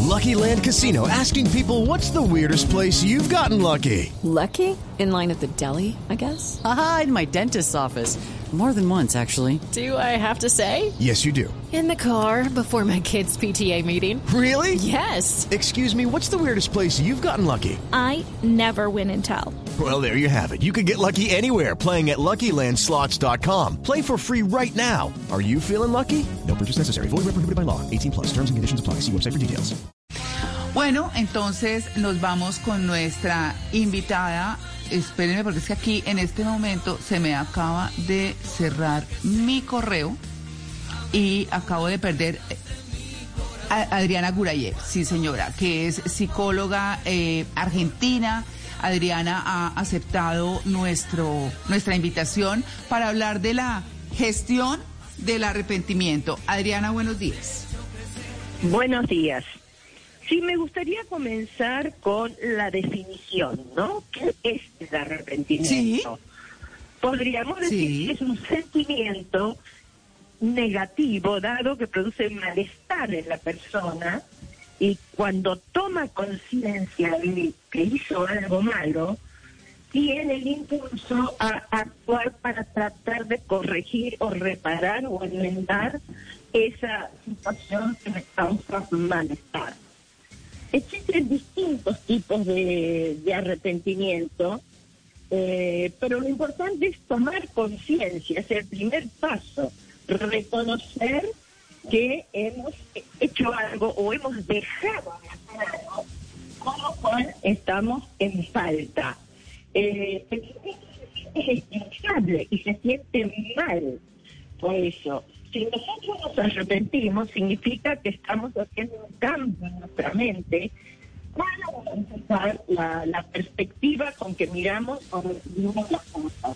Lucky Land Casino, asking people, what's the weirdest place you've gotten lucky? Lucky? In line at the deli, I guess? Aha, in my dentist's office. More than once, actually. Do I have to say? Yes, you do. In the car before my kids' PTA meeting. Really? Yes. Excuse me, what's the weirdest place you've gotten lucky? I never win and tell. Well, there you have it. You can get lucky anywhere, playing at LuckyLandSlots.com. Play for free right now. Are you feeling lucky? No purchase necessary. Void where prohibited by law. 18+. Terms and conditions apply. See website for details. Bueno, entonces nos vamos con nuestra invitada. Espérenme porque es que aquí en este momento se me acaba de cerrar mi correo y acabo de perder a Adriana Gurayev, sí señora, que es psicóloga argentina. Adriana ha aceptado nuestra invitación para hablar de la gestión del arrepentimiento. Adriana, buenos días. Buenos días. Sí, me gustaría comenzar con la definición, ¿no? ¿Qué es el arrepentimiento? Sí. Podríamos decir que es un sentimiento negativo, dado que produce malestar en la persona, y cuando toma conciencia de que hizo algo malo, tiene el impulso a actuar para tratar de corregir o reparar o enmendar esa situación que le causa malestar. Existen distintos tipos de arrepentimiento, pero lo importante es tomar conciencia, es el primer paso, reconocer que hemos hecho algo o hemos dejado de hacer algo, con lo cual estamos en falta. Es irresponsable y se siente mal por eso. Si nosotros nos arrepentimos, significa que estamos haciendo un cambio en nuestra mente para modificar la perspectiva con que miramos o recibimos las cosas.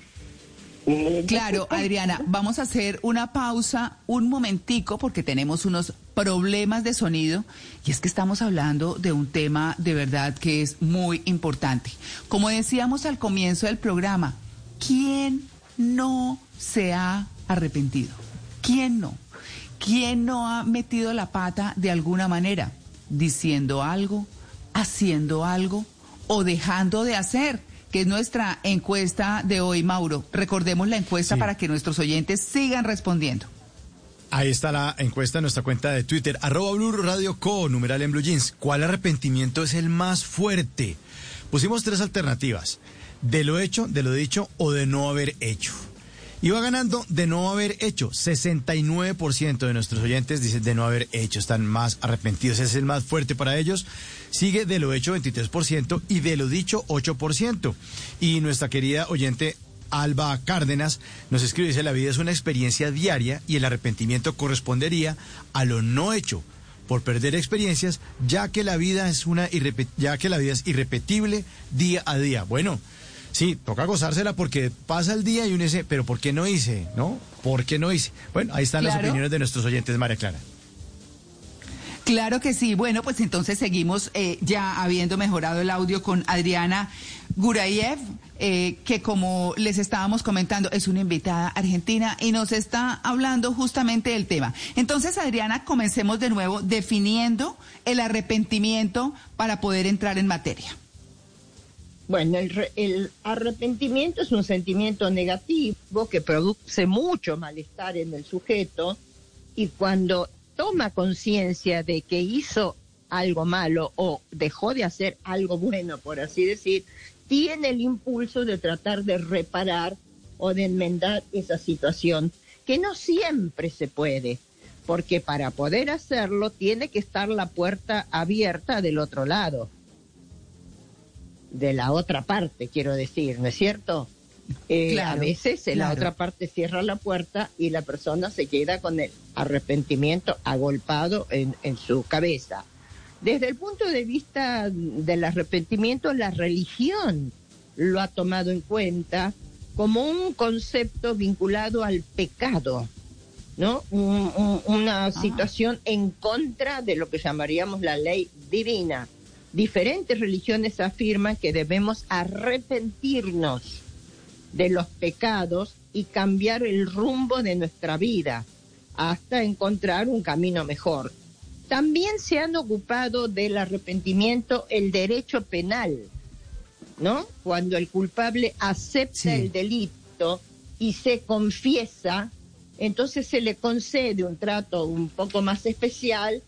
Claro, Adriana, vamos a hacer una pausa un momentico porque tenemos unos problemas de sonido y es que estamos hablando de un tema de verdad que es muy importante. Como decíamos al comienzo del programa, ¿quién no se ha arrepentido? ¿Quién no? ¿Quién no ha metido la pata de alguna manera? Diciendo algo, haciendo algo o dejando de hacer, que es nuestra encuesta de hoy, Mauro. Recordemos la encuesta para que nuestros oyentes sigan respondiendo. Ahí está la encuesta en nuestra cuenta de Twitter, @BluRadioCo, numeral en Blue Jeans. ¿Cuál arrepentimiento es el más fuerte? Pusimos 3 alternativas: de lo hecho, de lo dicho o de no haber hecho. Iba ganando de no haber hecho. 69% de nuestros oyentes dicen de no haber hecho, están más arrepentidos. Ese es el más fuerte para ellos. Sigue de lo hecho 23% y de lo dicho 8%. Y nuestra querida oyente Alba Cárdenas nos escribe, dice: la vida es una experiencia diaria y el arrepentimiento correspondería a lo no hecho por perder experiencias, ya que la vida es irrepetible día a día. Bueno, sí, toca gozársela porque pasa el día y uno dice, pero ¿por qué no hice? ¿No? ¿Por qué no hice? Bueno, ahí están las opiniones de nuestros oyentes, María Clara. Claro que sí. Bueno, pues entonces seguimos ya habiendo mejorado el audio con Adriana Gurayev, que como les estábamos comentando, es una invitada argentina y nos está hablando justamente del tema. Entonces, Adriana, comencemos de nuevo definiendo el arrepentimiento para poder entrar en materia. Bueno, el arrepentimiento es un sentimiento negativo que produce mucho malestar en el sujeto, y cuando toma conciencia de que hizo algo malo o dejó de hacer algo bueno, por así decir, tiene el impulso de tratar de reparar o de enmendar esa situación, que no siempre se puede, porque para poder hacerlo tiene que estar la puerta abierta del otro lado, de la otra parte, quiero decir, ¿no es cierto? Claro, a veces la otra parte cierra la puerta y la persona se queda con el arrepentimiento agolpado en su cabeza. Desde el punto de vista del arrepentimiento, la religión lo ha tomado en cuenta como un concepto vinculado al pecado, ¿no? Una situación en contra de lo que llamaríamos la ley divina. Diferentes religiones afirman que debemos arrepentirnos de los pecados y cambiar el rumbo de nuestra vida hasta encontrar un camino mejor. También se han ocupado del arrepentimiento el derecho penal, ¿no? Cuando el culpable acepta el delito y se confiesa, entonces se le concede un trato un poco más especial,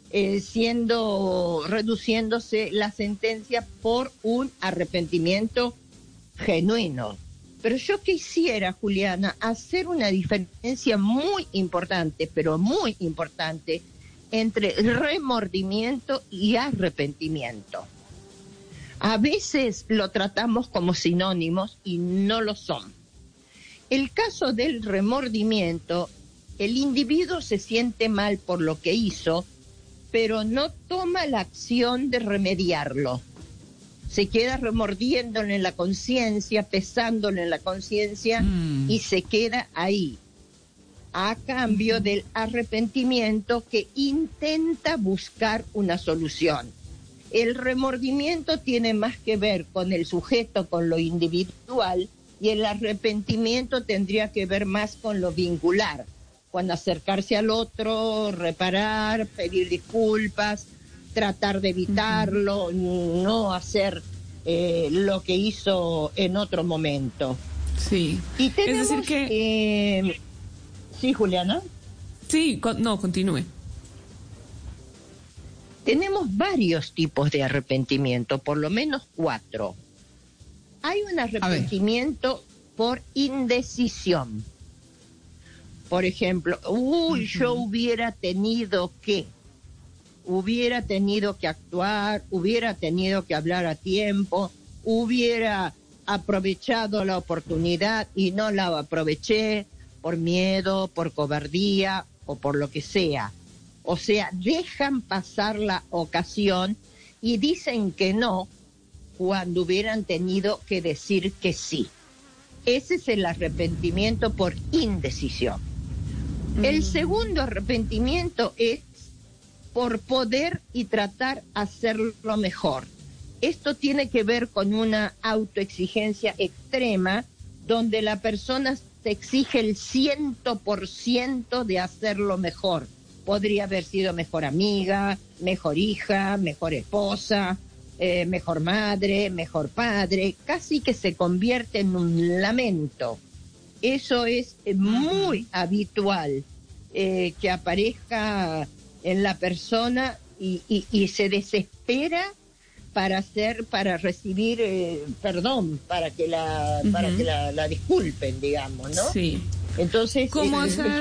reduciéndose la sentencia por un arrepentimiento genuino. Pero yo quisiera, Juliana, hacer una diferencia muy importante, pero muy importante, entre remordimiento y arrepentimiento. A veces lo tratamos como sinónimos y no lo son. El caso del remordimiento, el individuo se siente mal por lo que hizo, pero no toma la acción de remediarlo. Se queda remordiéndole en la conciencia, pesándole en la conciencia y se queda ahí, a cambio del arrepentimiento que intenta buscar una solución. El remordimiento tiene más que ver con el sujeto, con lo individual, y el arrepentimiento tendría que ver más con lo vincular, con acercarse al otro, reparar, pedir disculpas, tratar de evitarlo, no hacer lo que hizo en otro momento. Sí. Y tenemos, es decir que... ¿Sí, Juliana? Sí, no, continúe. Tenemos varios tipos de arrepentimiento, por lo menos 4. Hay un arrepentimiento por indecisión. Por ejemplo, yo hubiera tenido que actuar, hubiera tenido que hablar a tiempo, hubiera aprovechado la oportunidad y no la aproveché por miedo, por cobardía o por lo que sea. O sea, dejan pasar la ocasión y dicen que no cuando hubieran tenido que decir que sí. Ese es el arrepentimiento por indecisión. El segundo arrepentimiento es por poder y tratar hacerlo mejor. Esto tiene que ver con una autoexigencia extrema donde la persona se exige el 100% de hacerlo mejor. Podría haber sido mejor amiga, mejor hija, mejor esposa, mejor madre, mejor padre. Casi que se convierte en un lamento. Eso es muy habitual, que aparezca en la persona y se desespera para recibir perdón, para que la disculpen, digamos, ¿no? Sí. Entonces, ¿cómo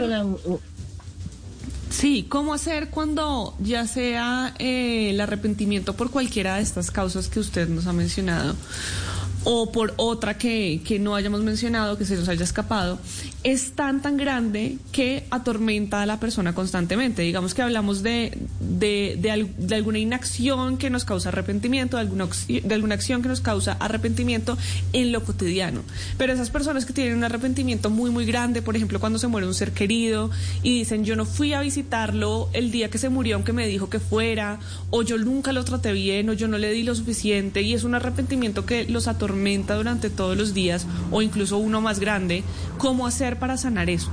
hacer cuando ya sea el arrepentimiento por cualquiera de estas causas que usted nos ha mencionado, o por otra que no hayamos mencionado, que se nos haya escapado, es tan grande que atormenta a la persona constantemente? Digamos que hablamos de alguna inacción que nos causa arrepentimiento, de alguna acción que nos causa arrepentimiento en lo cotidiano. Pero esas personas que tienen un arrepentimiento muy, muy grande, por ejemplo, cuando se muere un ser querido y dicen, yo no fui a visitarlo el día que se murió, aunque me dijo que fuera, o yo nunca lo traté bien, o yo no le di lo suficiente, y es un arrepentimiento que los atormenta durante todos los días, o incluso uno más grande. ¿Cómo hacer para sanar eso?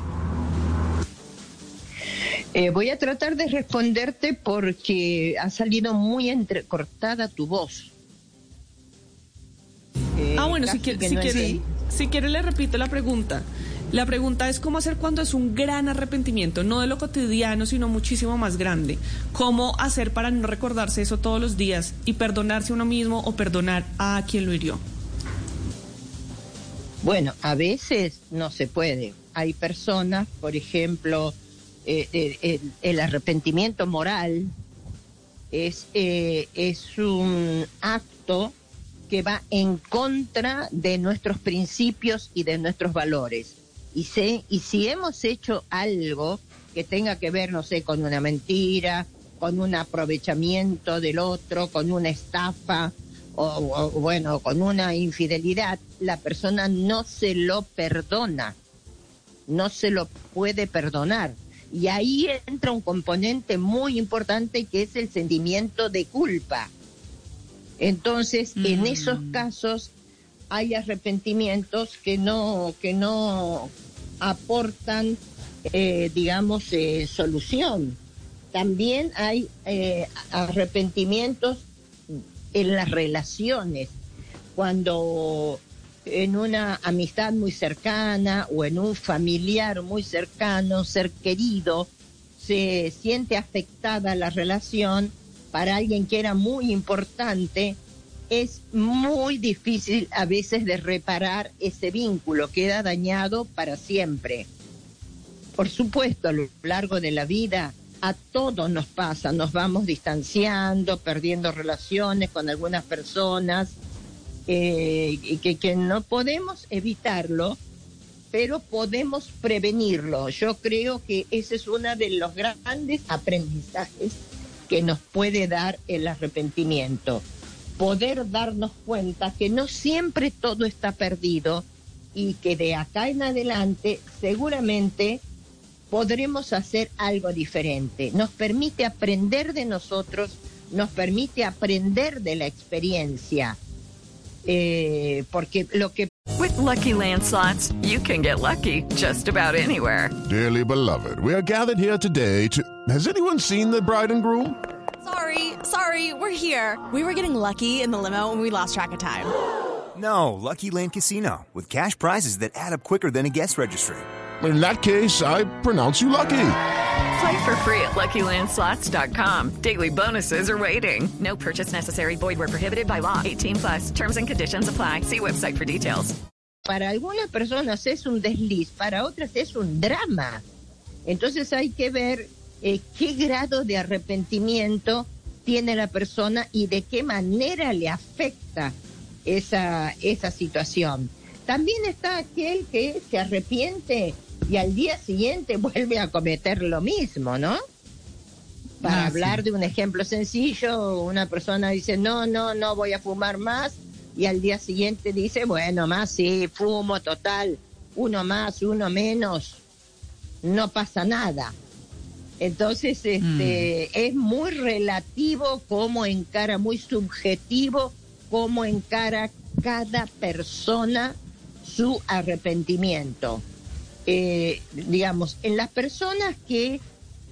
Voy a tratar de responderte porque ha salido muy entrecortada tu voz. Bueno, si quiere le repito la pregunta. La pregunta es cómo hacer cuando es un gran arrepentimiento, no de lo cotidiano, sino muchísimo más grande. ¿Cómo hacer para no recordarse eso todos los días y perdonarse a uno mismo o perdonar a quien lo hirió? Bueno, a veces no se puede. Hay personas, por ejemplo, el arrepentimiento moral es un acto que va en contra de nuestros principios y de nuestros valores. Y si hemos hecho algo que tenga que ver, no sé, con una mentira, con un aprovechamiento del otro, con una estafa, o bueno, con una infidelidad, la persona no se lo perdona, no se lo puede perdonar. Y ahí entra un componente muy importante que es el sentimiento de culpa. Entonces, en esos casos hay arrepentimientos que no aportan, digamos, solución. También hay arrepentimientos en las relaciones, cuando en una amistad muy cercana o en un familiar muy cercano, ser querido, se siente afectada la relación para alguien que era muy importante, es muy difícil a veces de reparar ese vínculo, queda dañado para siempre. Por supuesto, a lo largo de la vida, a todos nos pasa, nos vamos distanciando, perdiendo relaciones con algunas personas, que no podemos evitarlo, pero podemos prevenirlo. Yo creo que ese es uno de los grandes aprendizajes que nos puede dar el arrepentimiento. Poder darnos cuenta que no siempre todo está perdido y que de acá en adelante seguramente podremos hacer algo diferente. Nos permite aprender de nosotros, nos permite aprender de la experiencia. Porque lo que... With Lucky Land Slots, you can get lucky just about anywhere. Dearly beloved, we are gathered here today to... Has anyone seen the bride and groom? Sorry, we're here. We were getting lucky in the limo and we lost track of time. No, Lucky Land Casino, with cash prizes that add up quicker than a guest registry. In that case, I pronounce you lucky. Play for free at LuckyLandSlots.com. Daily bonuses are waiting. No purchase necessary. Void where prohibited by law. 18+. Terms and conditions apply. See website for details. Para algunas personas es un desliz, para otras es un drama. Entonces hay que ver qué grado de arrepentimiento tiene la persona y de qué manera le afecta esa situación. También está aquel que se arrepiente y al día siguiente vuelve a cometer lo mismo, ¿no? Para hablar de un ejemplo sencillo, una persona dice, no voy a fumar más, y al día siguiente dice, bueno, más sí, fumo, total, uno más, uno menos, no pasa nada. Entonces, es muy relativo cómo encara, muy subjetivo cómo encara cada persona su arrepentimiento. Digamos, en las personas que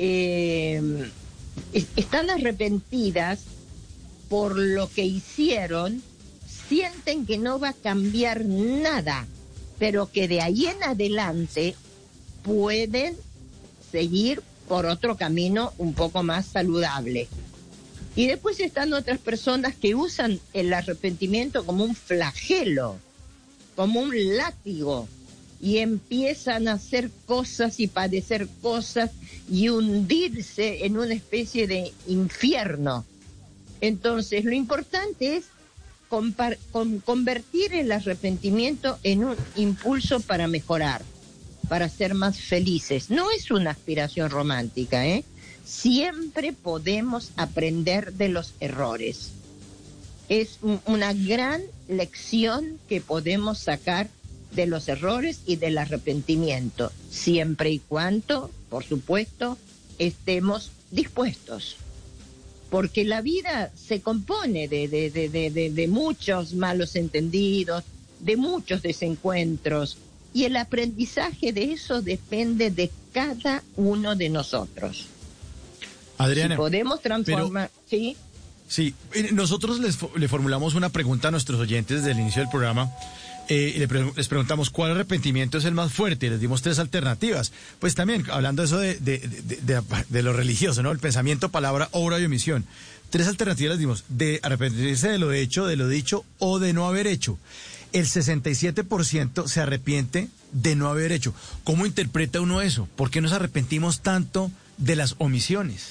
están arrepentidas por lo que hicieron, sienten que no va a cambiar nada, pero que de ahí en adelante pueden seguir por otro camino un poco más saludable. Y después están otras personas que usan el arrepentimiento como un flagelo, como un látigo, y empiezan a hacer cosas y padecer cosas y hundirse en una especie de infierno. Entonces, lo importante es convertir el arrepentimiento en un impulso para mejorar, para ser más felices. No es una aspiración romántica, ¿eh? Siempre podemos aprender de los errores. Es una gran lección que podemos sacar de los errores y del arrepentimiento, siempre y cuando, por supuesto, estemos dispuestos. Porque la vida se compone de muchos malos entendidos, de muchos desencuentros, y el aprendizaje de eso depende de cada uno de nosotros. Adriana, si podemos transformar, ¿sí? Sí, nosotros le formulamos una pregunta a nuestros oyentes desde el inicio del programa. Les preguntamos cuál arrepentimiento es el más fuerte y les dimos 3 alternativas. Pues también, hablando eso de lo religioso, ¿no? El pensamiento, palabra, obra y omisión. 3 alternativas les dimos: de arrepentirse de lo hecho, de lo dicho o de no haber hecho. El 67% se arrepiente de no haber hecho. ¿Cómo interpreta uno eso? ¿Por qué nos arrepentimos tanto de las omisiones?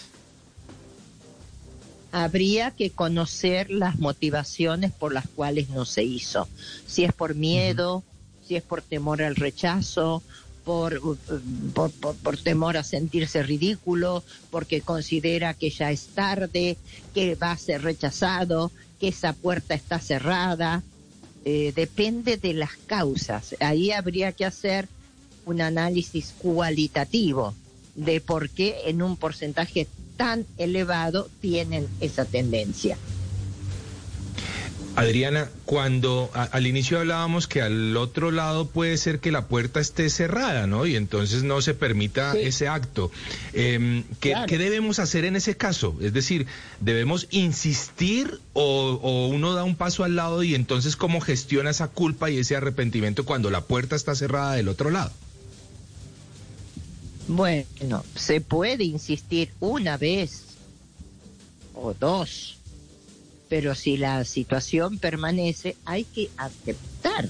Habría que conocer las motivaciones por las cuales no se hizo. Si es por miedo, si es por temor al rechazo, por temor a sentirse ridículo, porque considera que ya es tarde, que va a ser rechazado, que esa puerta está cerrada. Depende de las causas. Ahí habría que hacer un análisis cualitativo de por qué en un porcentaje tan elevado tienen esa tendencia. Adriana, cuando al inicio hablábamos que al otro lado puede ser que la puerta esté cerrada, ¿no? Y entonces no se permita ese acto. ¿Qué debemos hacer en ese caso? Es decir, ¿debemos insistir o uno da un paso al lado y entonces cómo gestiona esa culpa y ese arrepentimiento cuando la puerta está cerrada del otro lado? Bueno, se puede insistir una vez o dos. Pero si la situación permanece, hay que aceptar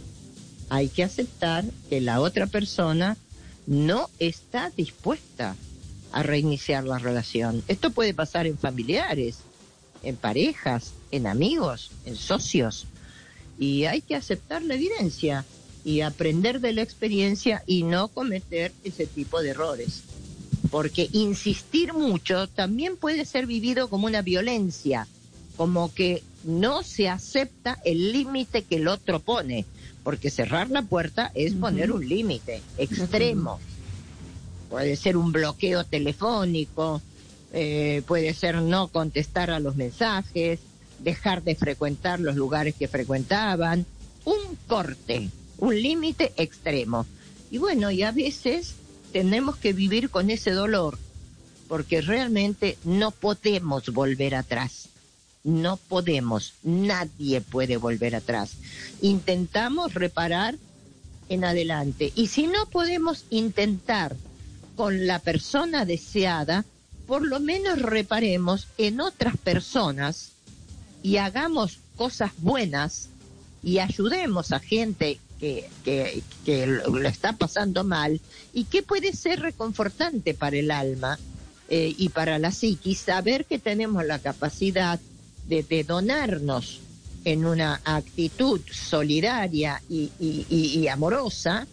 que la otra persona no está dispuesta a reiniciar la relación. Esto puede pasar en familiares, en parejas, en amigos, en socios. Y hay que aceptar la evidencia y aprender de la experiencia y no cometer ese tipo de errores. Porque insistir mucho también puede ser vivido como una violencia, como que no se acepta el límite que el otro pone, porque cerrar la puerta es poner un límite extremo. Puede ser un bloqueo telefónico, puede ser no contestar a los mensajes, dejar de frecuentar los lugares que frecuentaban, un corte, un límite extremo. Y bueno, y a veces tenemos que vivir con ese dolor, porque realmente no podemos volver atrás. No podemos, nadie puede volver atrás. Intentamos reparar en adelante. Y si no podemos intentar con la persona deseada, por lo menos reparemos en otras personas y hagamos cosas buenas y ayudemos a gente que lo está pasando mal y que puede ser reconfortante para el alma y para la psiquis, saber que tenemos la capacidad de donarnos en una actitud solidaria y amorosa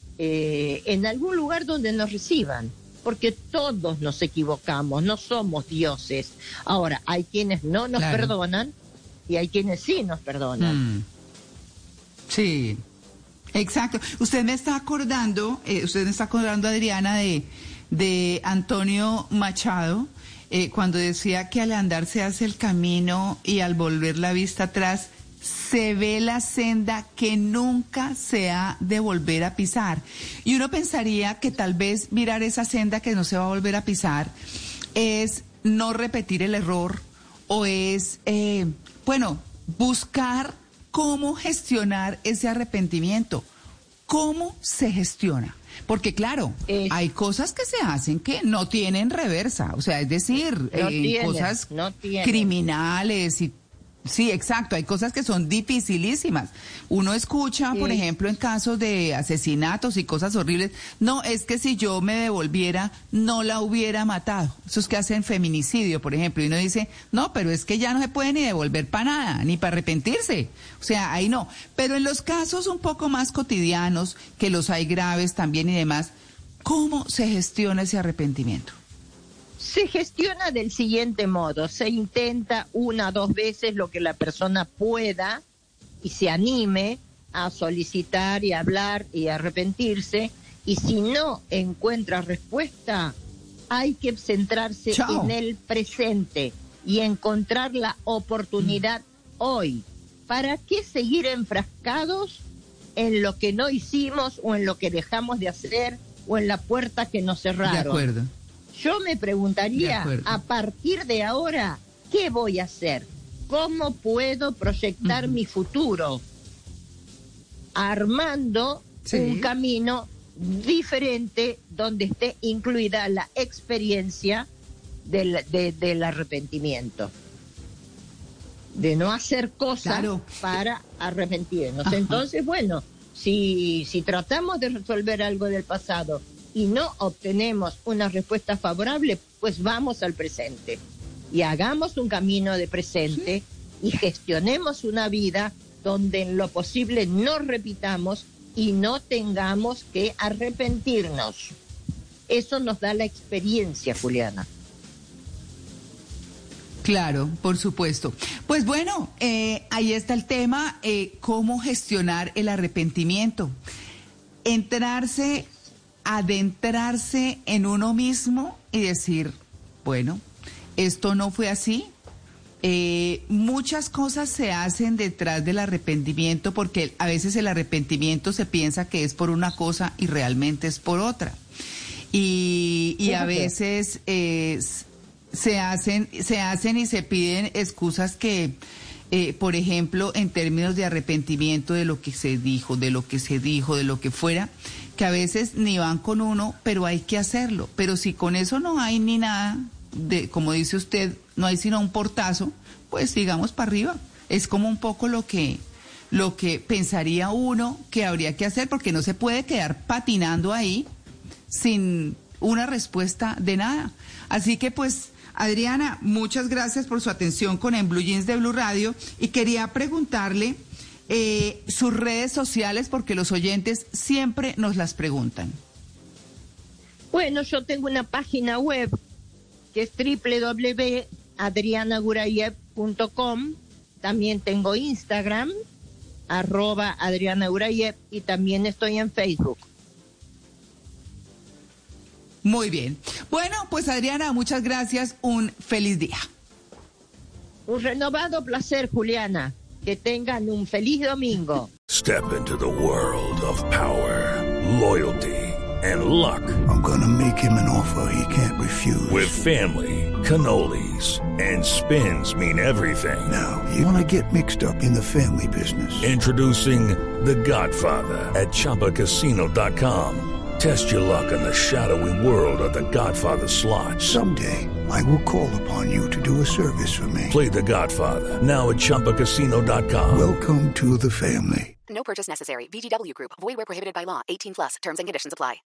en algún lugar donde nos reciban, porque todos nos equivocamos, no somos dioses. Ahora, hay quienes no nos perdonan y hay quienes sí nos perdonan. Sí, exacto. Usted me está acordando, Adriana, de Antonio Machado, cuando decía que al andar se hace el camino y al volver la vista atrás se ve la senda que nunca se ha de volver a pisar. Y uno pensaría que tal vez mirar esa senda que no se va a volver a pisar es no repetir el error o es, buscar cómo gestionar ese arrepentimiento. ¿Cómo se gestiona? Porque claro, hay cosas que se hacen que no tienen reversa, o sea, es decir, cosas criminales y sí, exacto, hay cosas que son dificilísimas. Uno escucha, por ejemplo, en casos de asesinatos y cosas horribles, no, es que si yo me devolviera, no la hubiera matado. Esos que hacen feminicidio, por ejemplo, y uno dice, no, pero es que ya no se puede ni devolver para nada, ni para arrepentirse. O sea, ahí no. Pero en los casos un poco más cotidianos, que los hay graves también y demás, ¿cómo se gestiona ese arrepentimiento? Se gestiona del siguiente modo: se intenta 1 o 2 veces lo que la persona pueda y se anime a solicitar y hablar y arrepentirse, y si no encuentra respuesta, hay que centrarse en el presente y encontrar la oportunidad hoy. ¿Para qué seguir enfrascados en lo que no hicimos o en lo que dejamos de hacer o en la puerta que nos cerraron? De acuerdo. Yo me preguntaría, a partir de ahora, ¿qué voy a hacer? ¿Cómo puedo proyectar mi futuro? Armando un camino diferente donde esté incluida la experiencia del arrepentimiento. De no hacer cosas para arrepentirnos. Entonces, bueno, si tratamos de resolver algo del pasado y no obtenemos una respuesta favorable, pues vamos al presente y hagamos un camino de presente y gestionemos una vida donde en lo posible no repitamos y no tengamos que arrepentirnos. Eso nos da la experiencia, Juliana. Claro, por supuesto. Pues bueno, ahí está el tema, cómo gestionar el arrepentimiento. Adentrarse en uno mismo y decir, bueno, esto no fue así, muchas cosas se hacen detrás del arrepentimiento porque a veces el arrepentimiento se piensa que es por una cosa y realmente es por otra. Y a veces se hacen y se piden excusas que, por ejemplo, en términos de arrepentimiento de lo que se dijo, de lo que fuera, que a veces ni van con uno, pero hay que hacerlo. Pero si con eso no hay ni nada, como dice usted, no hay sino un portazo, pues sigamos para arriba. Es como un poco lo que pensaría uno que habría que hacer, porque no se puede quedar patinando ahí sin una respuesta de nada. Así que pues, Adriana, muchas gracias por su atención con En Blue Jeans de Blue Radio, y quería preguntarle sus redes sociales, porque los oyentes siempre nos las preguntan. Bueno, yo tengo una página web que es www.adrianagurayev.com. También tengo Instagram, @AdrianaGurayev, y también estoy en Facebook. Muy bien. Bueno, pues Adriana, muchas gracias. Un feliz día. Un renovado placer, Juliana. Que tengan un feliz domingo. Step into the world of power, loyalty, and luck. I'm gonna make him an offer he can't refuse. With family, cannolis, and spins mean everything. Now, you wanna get mixed up in the family business. Introducing The Godfather at ChumbaCasino.com. Test your luck in the shadowy world of The Godfather slot. Someday, I will call upon you to do a service for me. Play The Godfather, now at ChumbaCasino.com. Welcome to the family. No purchase necessary. VGW Group. Void where prohibited by law. 18+. Terms and conditions apply.